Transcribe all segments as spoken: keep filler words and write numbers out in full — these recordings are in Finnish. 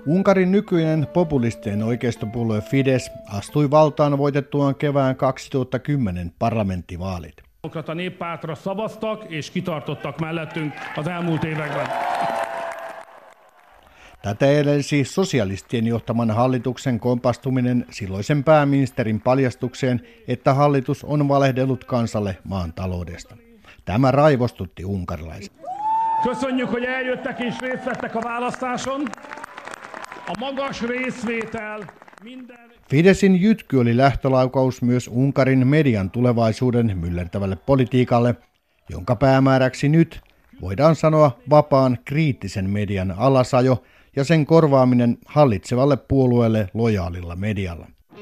Unkarin nykyinen populistien oikeistopuolue Fidesz astui valtaan voitettuaan kevään kaksituhattakymmenen parlamenttivaalit. Demokrata néppártra szavaztak és kitartottak mellettünk az elmúlt években. Tätä edelsi sosialistien johtaman hallituksen kompastuminen silloisen pääministerin paljastukseen, että hallitus on valehdellut kansalle maan taloudesta. Tämä raivostutti unkarilaiset. Köszönjük, hogy eljöttek és részt vettek a választáson. A magas részvétel minden... Fideszin jytky oli lähtölaukaus myös Unkarin median tulevaisuuden myllertävälle politiikalle, jonka päämääräksi nyt voidaan sanoa vapaan kriittisen median alasajo ja sen korvaaminen hallitsevalle puolueelle lojaalilla medialla.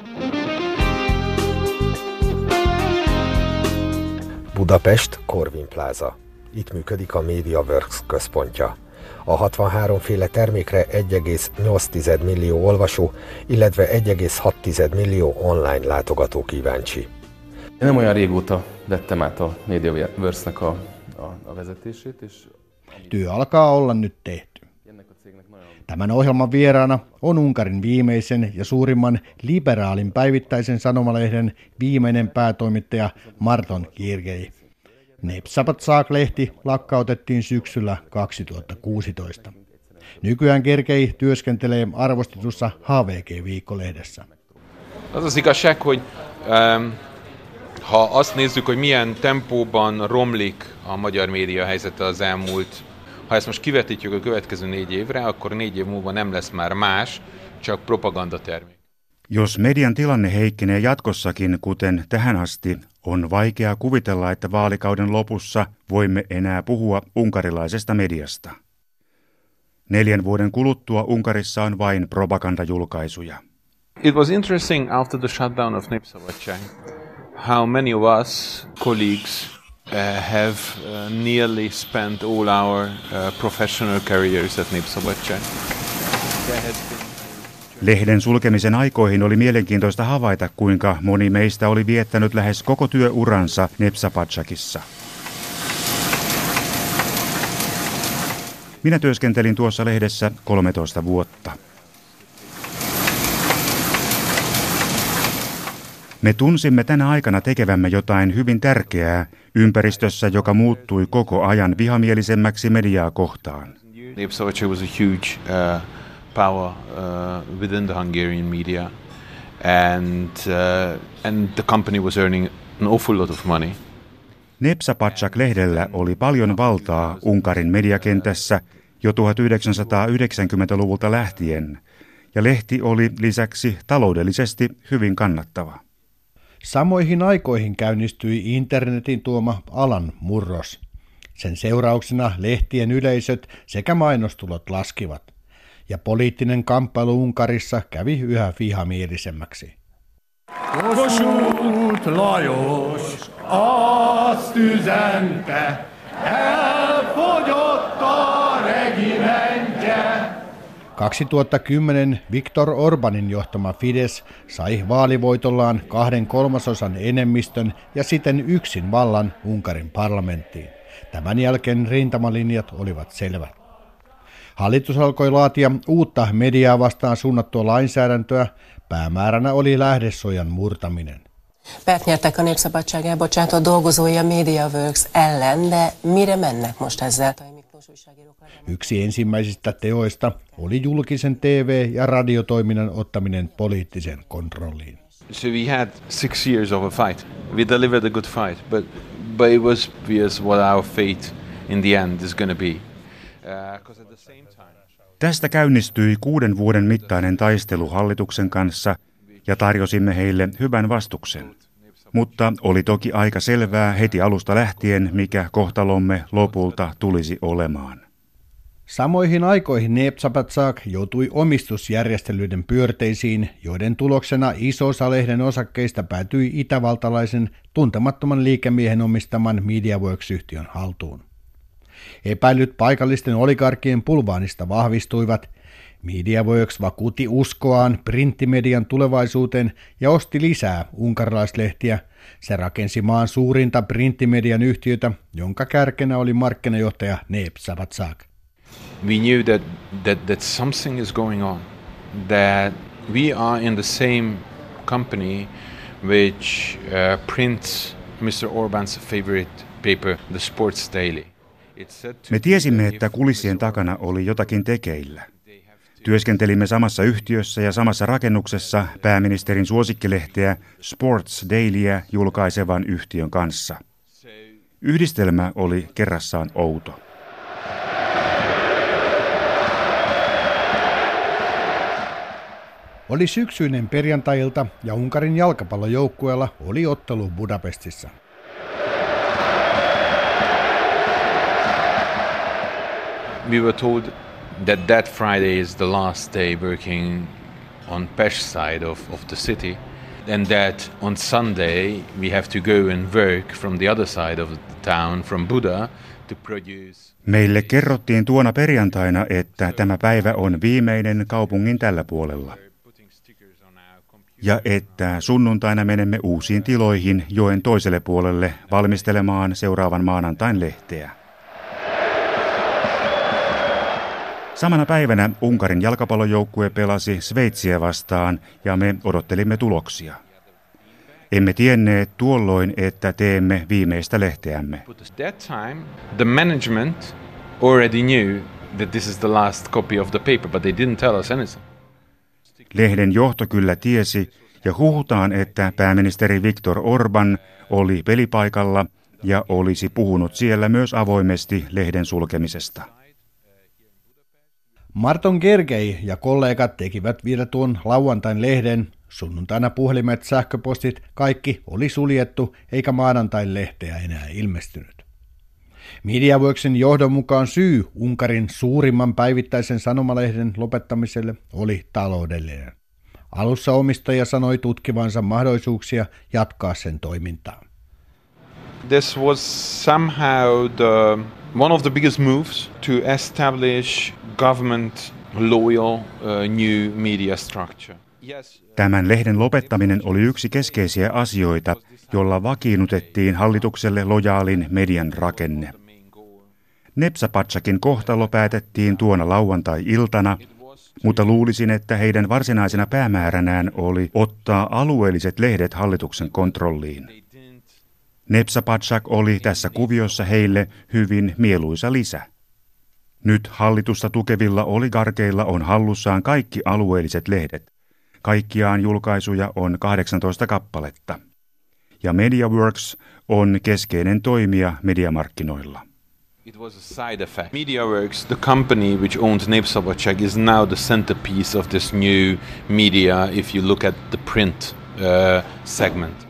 Budapest, Corvin Plaza. Itt működik a MediaWorks központja. A hatvanhárom féle termékre egy egész nyolc millió olvasó, illetve egy egész hat millió online látogató kíváncsi. Én nem olyan régóta vettem át a MediaWorks-nek a, a, a vezetését. És... Työ alkaa olla nyt tehty. Tämän ohjelman vieraana on Unkarin viimeisen ja suurimman liberaalin päivittäisen sanomalehden viimeinen päätoimittaja Marton Kirgei. Népszabadság-lehti lakkautettiin syksyllä kaksituhattakuusitoista. Nykyään Kirgei työskentelee arvostetussa H V G-viikkolehdessä. Az az igazság, hogy um, ha azt nézzük, hogy milyen tempóban romlik a magyar média helyzete az elmúlt, ha ezt most kivetítjük a következő négy évre, akkor négy év múlva nem lesz már más, csak propagandatermék. Jos median tilanne heikkenee jatkossakin, kuten tähän asti, on vaikea kuvitella, että vaalikauden lopussa voimme enää puhua unkarilaisesta mediasta. Neljän vuoden kuluttua Unkarissa on vain propagandajulkaisuja. It was interesting after the shutdown of Népszabadság how many of us colleagues uh, have uh, nearly spent all our uh, professional careers at Népszabadság. Lehden sulkemisen aikoihin oli mielenkiintoista havaita, kuinka moni meistä oli viettänyt lähes koko työuransa Népszabadságissa. Minä työskentelin tuossa lehdessä kolmetoista vuotta. Me tunsimme tänä aikana tekevämme jotain hyvin tärkeää ympäristössä, joka muuttui koko ajan vihamielisemmäksi mediaa kohtaan. Népszabadság was a huge uh, power uh, within the Hungarian media, and uh, and the company was earning an awful lot of money. Népszabadság-lehdellä oli paljon valtaa Unkarin mediakentässä jo tuhatyhdeksänsataayhdeksänkymmentäluvulta lähtien, ja lehti oli lisäksi taloudellisesti hyvin kannattava. Samoihin aikoihin käynnistyi internetin tuoma alan murros. Sen seurauksena lehtien yleisöt sekä mainostulot laskivat, ja poliittinen kamppailu Unkarissa kävi yhä vihamielisemmäksi. Kossuth Lajos azt üzente, elfogyott a regimentje. kaksituhattakymmenen Viktor Orbanin johtama Fidesz sai vaalivoitollaan kahden kolmasosan enemmistön ja siten yksin vallan Unkarin parlamenttiin. Tämän jälkeen rintamalinjat olivat selvät. Hallitus alkoi laatia uutta mediaa vastaan suunnattua lainsäädäntöä. Päämääränä oli lähdesuojan murtaminen. Pert nyertek a Népszabadság elbocsátott dolgozói a MediaWorks ellen, de mire mennek most ezzel? Yksi ensimmäisistä teoista oli julkisen T V- ja radiotoiminnan ottaminen poliittisen kontrolliin. So we had six years of a fight. We delivered a good fight, but but it was obvious what our fate in the end is going to be. Uh, at the same time... Tästä käynnistyi kuuden vuoden mittainen taistelu hallituksen kanssa ja tarjosimme heille hyvän vastuksen. Mutta oli toki aika selvää heti alusta lähtien, mikä kohtalomme lopulta tulisi olemaan. Samoihin aikoihin Népszabadság joutui omistusjärjestelyiden pyörteisiin, joiden tuloksena iso osa lehden osakkeista päätyi itävaltalaisen tuntemattoman liikemiehen omistaman MediaWorks-yhtiön haltuun. Epäilyt paikallisten oligarkkien pulvaanista vahvistuivat. MediaWorks vakuutti uskoaan printtimedian tulevaisuuteen ja osti lisää unkarilaislehtiä. Se rakensi maan suurinta printtimedian yhtiötä, jonka kärkenä oli markkinajohtaja Népszabadság. We knew that, that, that something is going on. that we are in the same company which uh, prints mister Orban's favorite paper, the Sports Daily. Me tiesimme, että kulissien takana oli jotakin tekeillä. Työskentelimme samassa yhtiössä ja samassa rakennuksessa pääministerin suosikkilehteä Sports Dailyä julkaisevan yhtiön kanssa. Yhdistelmä oli kerrassaan outo. Oli syksyinen perjantai-ilta ja Unkarin jalkapallojoukkueella oli ottelu Budapestissa. We were told that that Friday is the last day working on Pest side of, of the city, and that on Sunday we have to go and work from the other side of the town, from Buda, to produce. Meille kerrottiin tuona perjantaina, että tämä päivä on viimeinen kaupungin tällä puolella. Ja että sunnuntaina menemme uusiin tiloihin joen toiselle puolelle valmistelemaan seuraavan maanantain lehteä. Samana päivänä Unkarin jalkapallojoukkue pelasi Sveitsiä vastaan ja me odottelimme tuloksia. Emme tienneet tuolloin, että teemme viimeistä lehteämme. That time, the management already knew that this is the last copy of the paper, but they didn't tell us anything. Lehden johto kyllä tiesi ja huhutaan, että pääministeri Viktor Orban oli pelipaikalla ja olisi puhunut siellä myös avoimesti lehden sulkemisesta. Marton Gergely ja kollegat tekivät vielä tuon lauantain lehden. Sunnuntaina puhelimet, sähköpostit, kaikki oli suljettu eikä maanantain lehteä enää ilmestynyt. MediaWorksin johdon mukaan syy Unkarin suurimman päivittäisen sanomalehden lopettamiselle oli taloudellinen. Alussa omistaja sanoi tutkivansa mahdollisuuksia jatkaa sen toimintaa. This was somehow the, one of the biggest moves to establish government loyal uh, new media structure. Tämän lehden lopettaminen oli yksi keskeisiä asioita, jolla vakiinnutettiin hallitukselle lojaalin median rakenne. Nepsä-Patsakin kohtalo päätettiin tuona lauantai-iltana, mutta luulisin, että heidän varsinaisena päämääränään oli ottaa alueelliset lehdet hallituksen kontrolliin. Nepsä-Patsak oli tässä kuviossa heille hyvin mieluisa lisä. Nyt hallitusta tukevilla oligarkeilla on hallussaan kaikki alueelliset lehdet. Kaikkiaan julkaisuja on kahdeksantoista kappaletta. Ja MediaWorks on keskeinen toimija mediamarkkinoilla. It was a side effect. MediaWorks, the company which owns Népszabadság, is now the centerpiece of this new media if you look at the print uh, segment.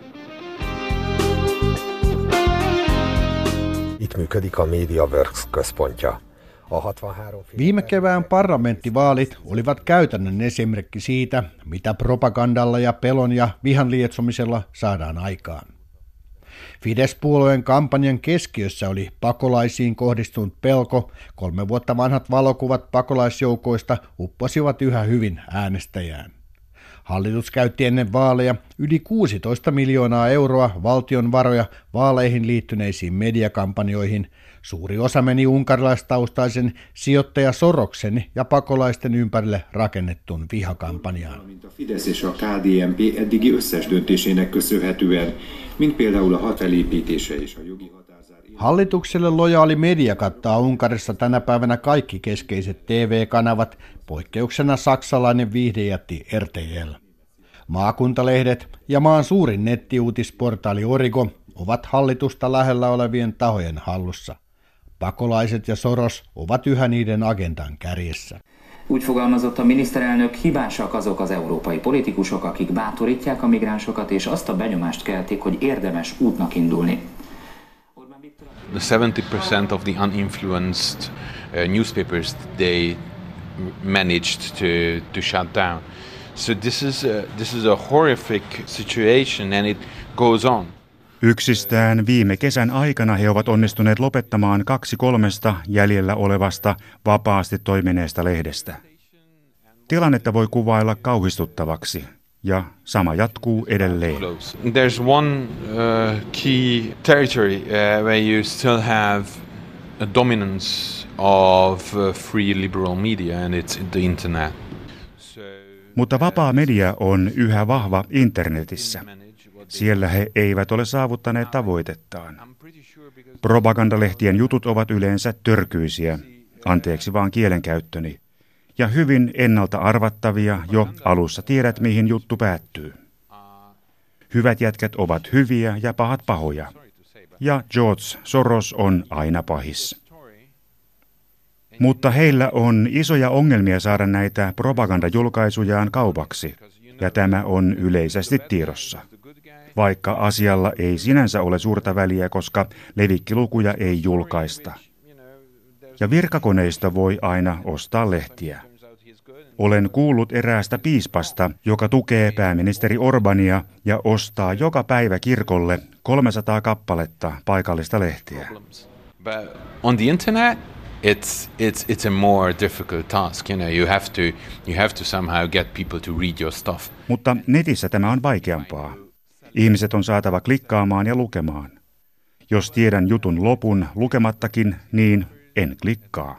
Itt működik a MediaWorks központja. Viime kevään parlamenttivaalit olivat käytännön esimerkki siitä, mitä propagandalla ja pelon ja vihan lietsomisella saadaan aikaan. Fidesz-puolueen kampanjan keskiössä oli pakolaisiin kohdistunut pelko. Kolme vuotta vanhat valokuvat pakolaisjoukoista upposivat yhä hyvin äänestäjään. Hallitus käytti ennen vaaleja yli kuusitoista miljoonaa euroa valtion varoja vaaleihin liittyneisiin mediakampanjoihin. Suuri osa meni unkarilaistaustaisen sijoittaja Soroksen ja pakolaisten ympärille rakennettuun vihakampanjaan. Fidesz és a K D N P eddigi összes döntésének köszönhetően, mint például a hat felépítése és a jogi határzár. Hallitukselle lojaali media kattaa Unkarissa tänä päivänä kaikki keskeiset T V-kanavat, poikkeuksena saksalainen viihdejätti R T L. Maakuntalehdet ja maan suurin nettiuutisportaali Origo ovat hallitusta lähellä olevien tahojen hallussa. Pakolaiset ja Soros ovat yhä niiden agendan kärjessä. Úgy fogalmazott a miniszterelnök, hibásak azok az európai politikusok, akik bátorítják a migránsokat, és azt a benyomást keltik, hogy érdemes útnak indulni. The seventy percent of the uninfluenced uh, newspapers they managed to to shut down. So this is a, this is a horrific situation and it goes on. Yksistään viime kesän aikana he ovat onnistuneet lopettamaan kaksi kolmesta jäljellä olevasta vapaasti toimineesta lehdestä. Tilannetta voi kuvailla kauhistuttavaksi, ja sama jatkuu edelleen. There's one uh, key territory uh, where you still have a dominance of uh, free liberal media and it's the internet. So... Mutta vapaa media on yhä vahva internetissä. Siellä he eivät ole saavuttaneet tavoitettaan. Propagandalehtien jutut ovat yleensä törkyisiä, anteeksi vaan kielenkäyttöni, ja hyvin ennalta arvattavia, jo alussa tiedät mihin juttu päättyy. Hyvät jätkät ovat hyviä ja pahat pahoja. Ja George Soros on aina pahis. Mutta heillä on isoja ongelmia saada näitä propagandajulkaisujaan kaupaksi, ja tämä on yleisesti tiedossa. Vaikka asialla ei sinänsä ole suurta väliä, koska levikkilukuja ei julkaista. Ja virkakoneista voi aina ostaa lehtiä. Olen kuullut eräästä piispasta, joka tukee pääministeri Orbania ja ostaa joka päivä kirkolle kolmesataa kappaletta paikallista lehteä. On the internet, it's it's it's a more difficult task. You know, you have to you have to somehow get people to read your stuff. Mutta netissä tämä on vaikeampaa. Ihmiset on saatava klikkaamaan ja lukemaan. Jos tiedän jutun lopun lukemattakin, niin en klikkaa.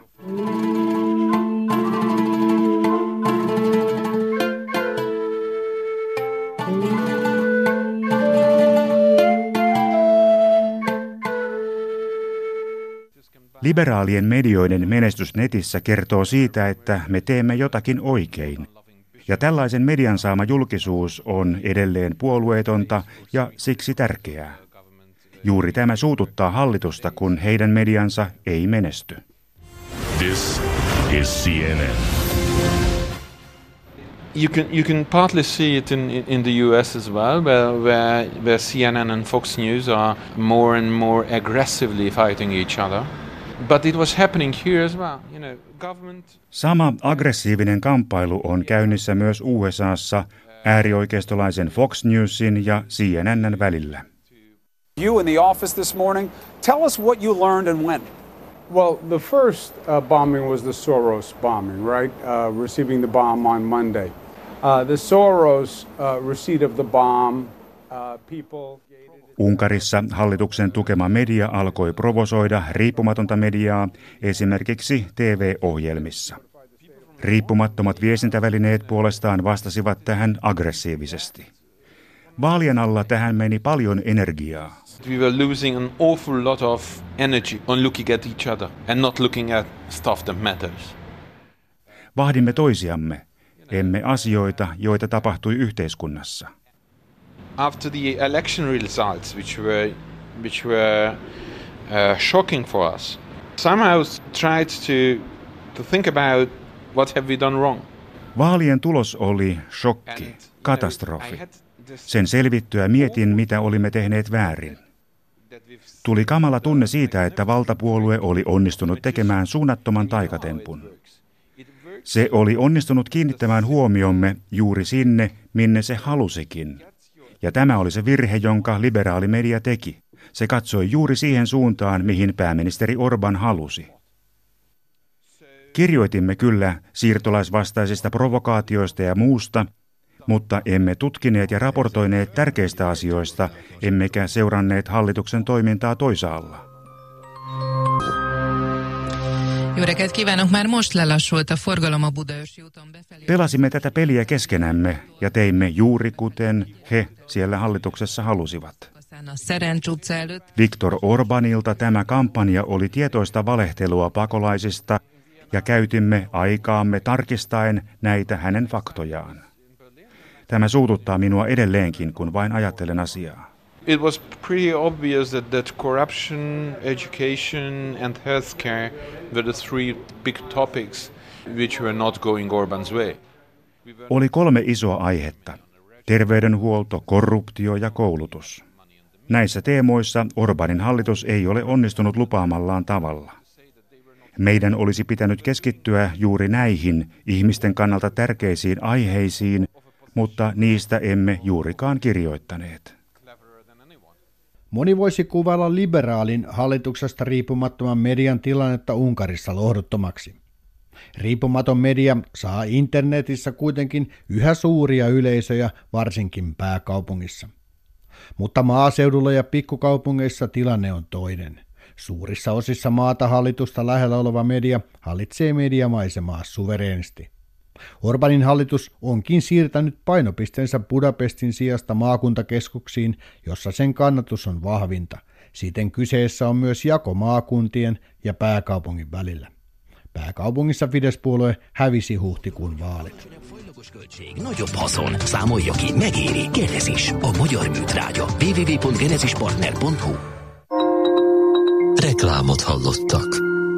Liberaalien medioiden menestys netissä kertoo siitä, että me teemme jotakin oikein. Ja tällaisen median saama julkisuus on edelleen puolueetonta ja siksi tärkeää. Juuri tämä suututtaa hallitusta, kun heidän mediansa ei menesty. This is C N N. You can you can partly see it in in the U S as well, where where, where C N N and Fox News are more and more aggressively fighting each other. But it was happening here as well. You know, government... Sama aggressiivinen kamppailu on käynnissä myös U S A:ssa äärioikeistolaisen Fox Newsin ja C N N:n välillä. You in the office this morning, tell us what you learned and when. Well, the first uh, bombing was the Soros bombing, right? Uh, receiving the bomb on Monday. Uh, the Soros uh, receipt of the bomb, uh, people... Unkarissa hallituksen tukema media alkoi provosoida riippumatonta mediaa esimerkiksi T V-ohjelmissa. Riippumattomat viestintävälineet puolestaan vastasivat tähän aggressiivisesti. Vaalien alla tähän meni paljon energiaa. We were losing an awful lot of energy on looking at each other and not looking at stuff that matters. Vahdimme toisiamme, emme asioita, joita tapahtui yhteiskunnassa. After the election results, which were which were uh, shocking for us, somehow tried to to think about what have we done wrong. Vaalien tulos oli shokki, katastrofi. Sen selvittyä mietin, mitä olimme tehneet väärin. Tuli kamala tunne siitä, että valtapuolue oli onnistunut tekemään suunnattoman taikatempun. Se oli onnistunut kiinnittämään huomiomme juuri sinne, minne se halusikin. Ja tämä oli se virhe, jonka liberaali media teki. Se katsoi juuri siihen suuntaan, mihin pääministeri Orban halusi. Kirjoitimme kyllä siirtolaisvastaisista provokaatioista ja muusta, mutta emme tutkineet ja raportoineet tärkeistä asioista, emmekä seuranneet hallituksen toimintaa toisaalla. Pelasimme tätä peliä keskenämme ja teimme juuri kuten he siellä hallituksessa halusivat. Viktor Orbanilta tämä kampanja oli tietoista valehtelua pakolaisista ja käytimme aikaamme tarkistaen näitä hänen faktojaan. Tämä suututtaa minua edelleenkin, kun vain ajattelen asiaa. It was pretty obvious that, that corruption, education and healthcare were the three big topics which were not going Orban's way. Oli kolme isoa aihetta. Terveydenhuolto, korruptio ja koulutus. Näissä teemoissa Orbanin hallitus ei ole onnistunut lupaamallaan tavalla. Meidän olisi pitänyt keskittyä juuri näihin ihmisten kannalta tärkeisiin aiheisiin, mutta niistä emme juurikaan kirjoittaneet. Moni voisi kuvailla liberaalin hallituksesta riippumattoman median tilannetta Unkarissa lohduttomaksi. Riippumaton media saa internetissä kuitenkin yhä suuria yleisöjä, varsinkin pääkaupungissa. Mutta maaseudulla ja pikkukaupungeissa tilanne on toinen. Suurissa osissa maata hallitusta lähellä oleva media hallitsee mediamaisemaa suvereenisti. Orbanin hallitus onkin siirtänyt painopisteensä Budapestin sijasta maakuntakeskuksiin, jossa sen kannatus on vahvinta. Siten kyseessä on myös jako maakuntien ja pääkaupungin välillä. Pääkaupungissa Fidesz-puolue hävisi huhtikuun vaalit. Nagyobb haszon. Számolja ki, megéri. Genesis, a magyar műtrágya. double-u double-u double-u pont genesis partner pont hu. Reklámot hallottak.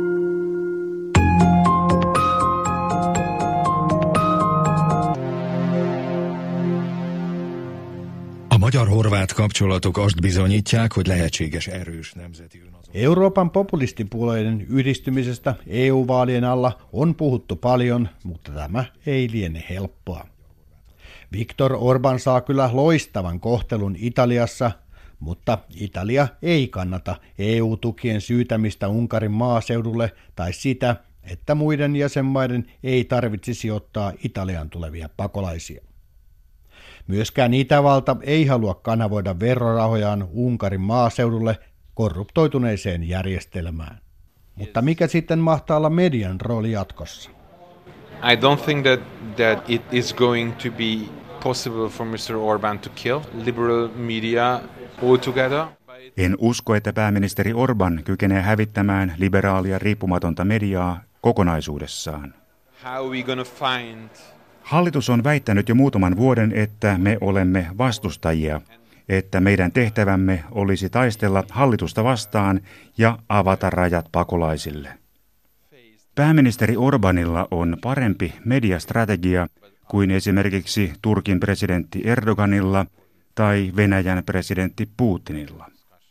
A magyar-horvát kapcsolatok azt bizonyítják, hogy lehetséges erős nemzeti önazon. Euroopan populistipuolueiden yhdistymisestä E U-vaalien alla on puhuttu paljon, mutta tämä ei liene helppoa. Viktor Orban saa kyllä loistavan kohtelun Italiassa, mutta Italia ei kannata E U-tukien syytämistä Unkarin maaseudulle tai sitä, että muiden jäsenmaiden ei tarvitsisi ottaa Italian tulevia pakolaisia. Myöskään Itävalta ei halua kanavoida verorahojaan Unkarin maaseudulle korruptoituneeseen järjestelmään. Mutta mikä sitten mahtaa olla median rooli jatkossa? I don't think that, that it is going to be possible for mister Orban to kill liberal media altogether. En usko, että pääministeri Orban kykenee hävittämään liberaalia riippumatonta mediaa kokonaisuudessaan. How are we gonna find... Hallitus on väittänyt jo muutaman vuoden, että me olemme vastustajia, että meidän tehtävämme olisi taistella hallitusta vastaan ja avata rajat pakolaisille. Pääministeri Orbanilla on parempi mediastrategia kuin esimerkiksi Turkin presidentti Erdoganilla tai Venäjän presidentti Putinilla.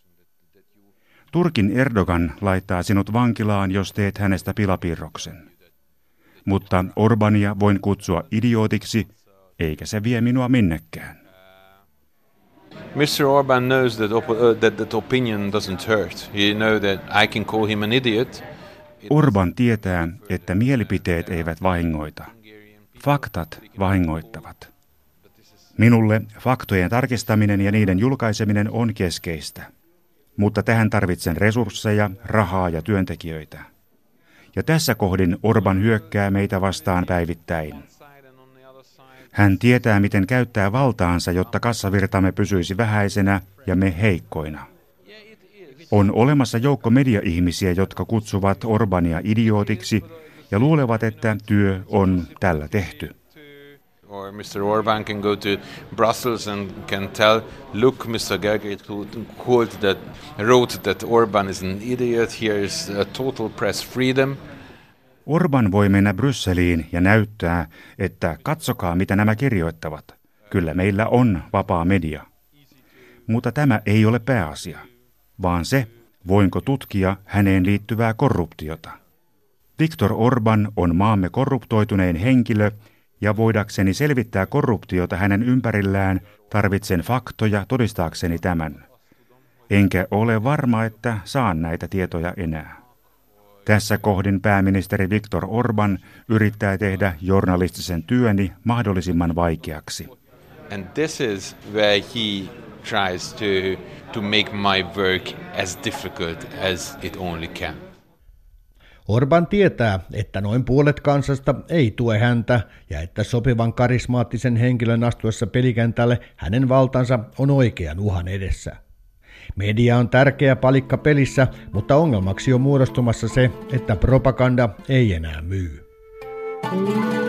Turkin Erdogan laittaa sinut vankilaan, jos teet hänestä pilapiirroksen. Mutta Orbania voin kutsua idiootiksi, eikä se vie minua minnekään. mister Orban knows that, op- uh, that that opinion doesn't hurt. He knows that I can call him an idiot. Orban tietää, että mielipiteet eivät vahingoita. Faktat vahingoittavat. Minulle faktojen tarkistaminen ja niiden julkaiseminen on keskeistä. Mutta tähän tarvitsen resursseja, rahaa ja työntekijöitä. Ja tässä kohdin Orban hyökkää meitä vastaan päivittäin. Hän tietää, miten käyttää valtaansa, jotta kassavirtamme pysyisi vähäisenä ja me heikkoina. On olemassa joukko media-ihmisiä, jotka kutsuvat Orbania idiootiksi ja luulevat, että työ on tällä tehty. Or mister Orban can go to Brussels and can tell, look, mister Gergely called that, wrote that Orban is an idiot, here is a total press freedom. Orban voi mennä Brysseliin ja näyttää, että katsokaa mitä nämä kirjoittavat. Kyllä meillä on vapaa media. Mutta tämä ei ole pääasia, vaan se, voinko tutkia häneen liittyvää korruptiota. Viktor Orban on maamme korruptoitunein henkilö, ja voidakseni selvittää korruptiota hänen ympärillään, tarvitsen faktoja todistaakseni tämän. Enkä ole varma, että saan näitä tietoja enää. Tässä kohdin pääministeri Viktor Orban yrittää tehdä journalistisen työni mahdollisimman vaikeaksi. And this is where he tries to, to make my work as difficult as it only can. Orban tietää, että noin puolet kansasta ei tue häntä ja että sopivan karismaattisen henkilön astuessa pelikentälle hänen valtansa on oikean uhan edessä. Media on tärkeä palikka pelissä, mutta ongelmaksi on muodostumassa se, että propaganda ei enää myy.